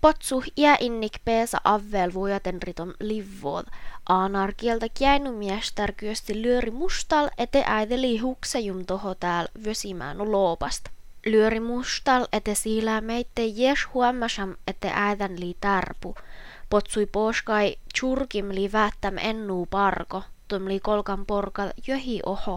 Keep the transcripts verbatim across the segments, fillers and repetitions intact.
Potsu iä innik peesa avvel vuojaten ritom livvood. Aanar kieltä kiäinumiestär kyösti lyöri mustal, ete äideli huksejum toho tääl vösimäänu loopast. Lyöri mustal, ete siilää meitte jes huomasam, ete äidän lii tärpu. Potsui poskai churkim li väättäm ennuu parko, tum li kolkan porkal johi oho.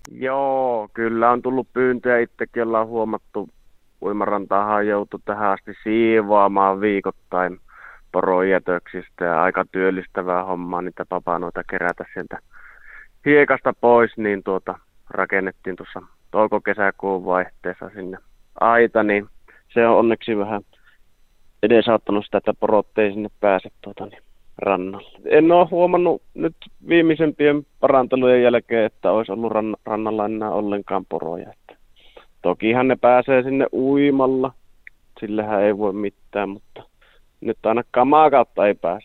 Joo, kyllä on tullut pyyntöjä, itsekin ollaan huomattu. Uimarantahan joutui tähän asti siivoamaan viikoittain porojätöksistä ja aika työllistävää hommaa niitä papanoita kerätä sieltä hiekasta pois, niin tuota rakennettiin tuossa touko-kesäkuun vaihteessa sinne aita, niin se on onneksi vähän edesauttanut sitä, että porot ei sinne pääse tuota, niin, rannalle. En ole huomannut nyt viimeisempien parantelujen jälkeen, että olisi ollut ran, rannalla enää ollenkaan poroja. Että tokihan ne pääsee sinne uimalla, sillähän ei voi mitään, mutta nyt ainakaan maakautta ei pääse.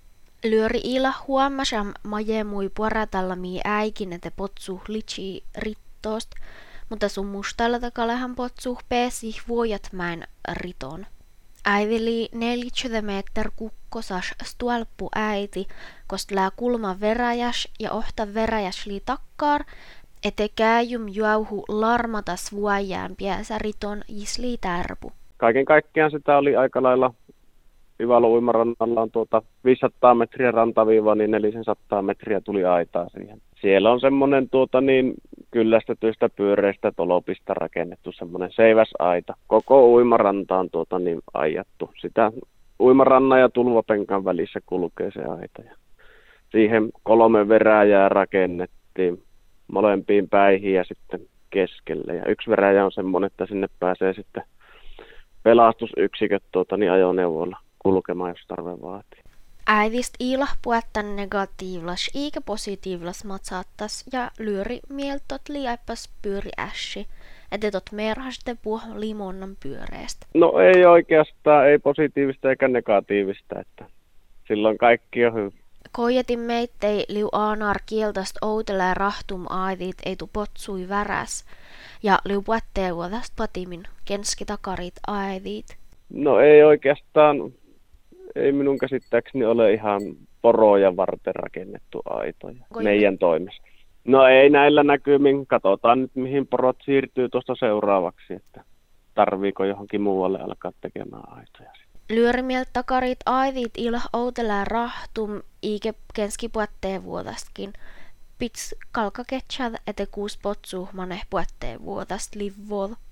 Lyöri ila huomasam majemui puoratallami äikin, että potsu litsi rittoost, mutta sun mustalla takalehan potsu peesi vuojatmäin riton. Äivili neljäkymmentä meter kukkosas stualppu äiti, kost lää kulma veräjäs ja ohta veräjäs li takkar, ete kääjum juauhu larmatas vuojään piäsä riton jisli tärpu. Kaiken kaikkiaan sitä oli aika lailla hyvällä uimarannalla on tuota viisisataa metriä rantaviiva, niin neljäsataa metriä tuli aitaa siihen. Siellä on semmoinen tuota niin kyllästetyistä pyöreistä tolopista rakennettu semmoinen seiväsaita. Koko uimaranta on tuota niin aijattu. Sitä uimarannan ja tulvapenkan välissä kulkee se aita. Ja siihen kolme veräjää rakennettiin molempiin päihin ja sitten keskelle. Ja yksi veräjä on semmoinen, että sinne pääsee sitten pelastusyksiköt tuota niin ajoneuvoilla kulkemaan, jos tarve vaatii. Äidist ilah puettan negatiivlas eikä positiivlas matsaattas ja lyöri mieltot liäppäs pyöri ässi, että tot merhaste puh limonnan pyöreestä. No ei oikeastaan, ei positiivista eikä negatiivista, että silloin kaikki on hyvä. Koijetin meittei liu aanar kieltäst outelää rahtum aidit ei tu potsui väräs ja liu puettee vuodast patimin kenski takarit aidit. No ei oikeastaan, ei minun käsittääkseni ole ihan poroja varten rakennettu aitoja Koimme. Meidän toimesta. No ei näillä näkymin, katsotaan nyt mihin porot siirtyy tuosta seuraavaksi, että tarviiko johonkin muualle alkaa tekemään aitoja. Lyörimielt takarit aidit ila outelää rahtum iike kenski puettee vuodastkin. Pits kalkaketsad ete kuus potsu maneh puettee vuodast livvood.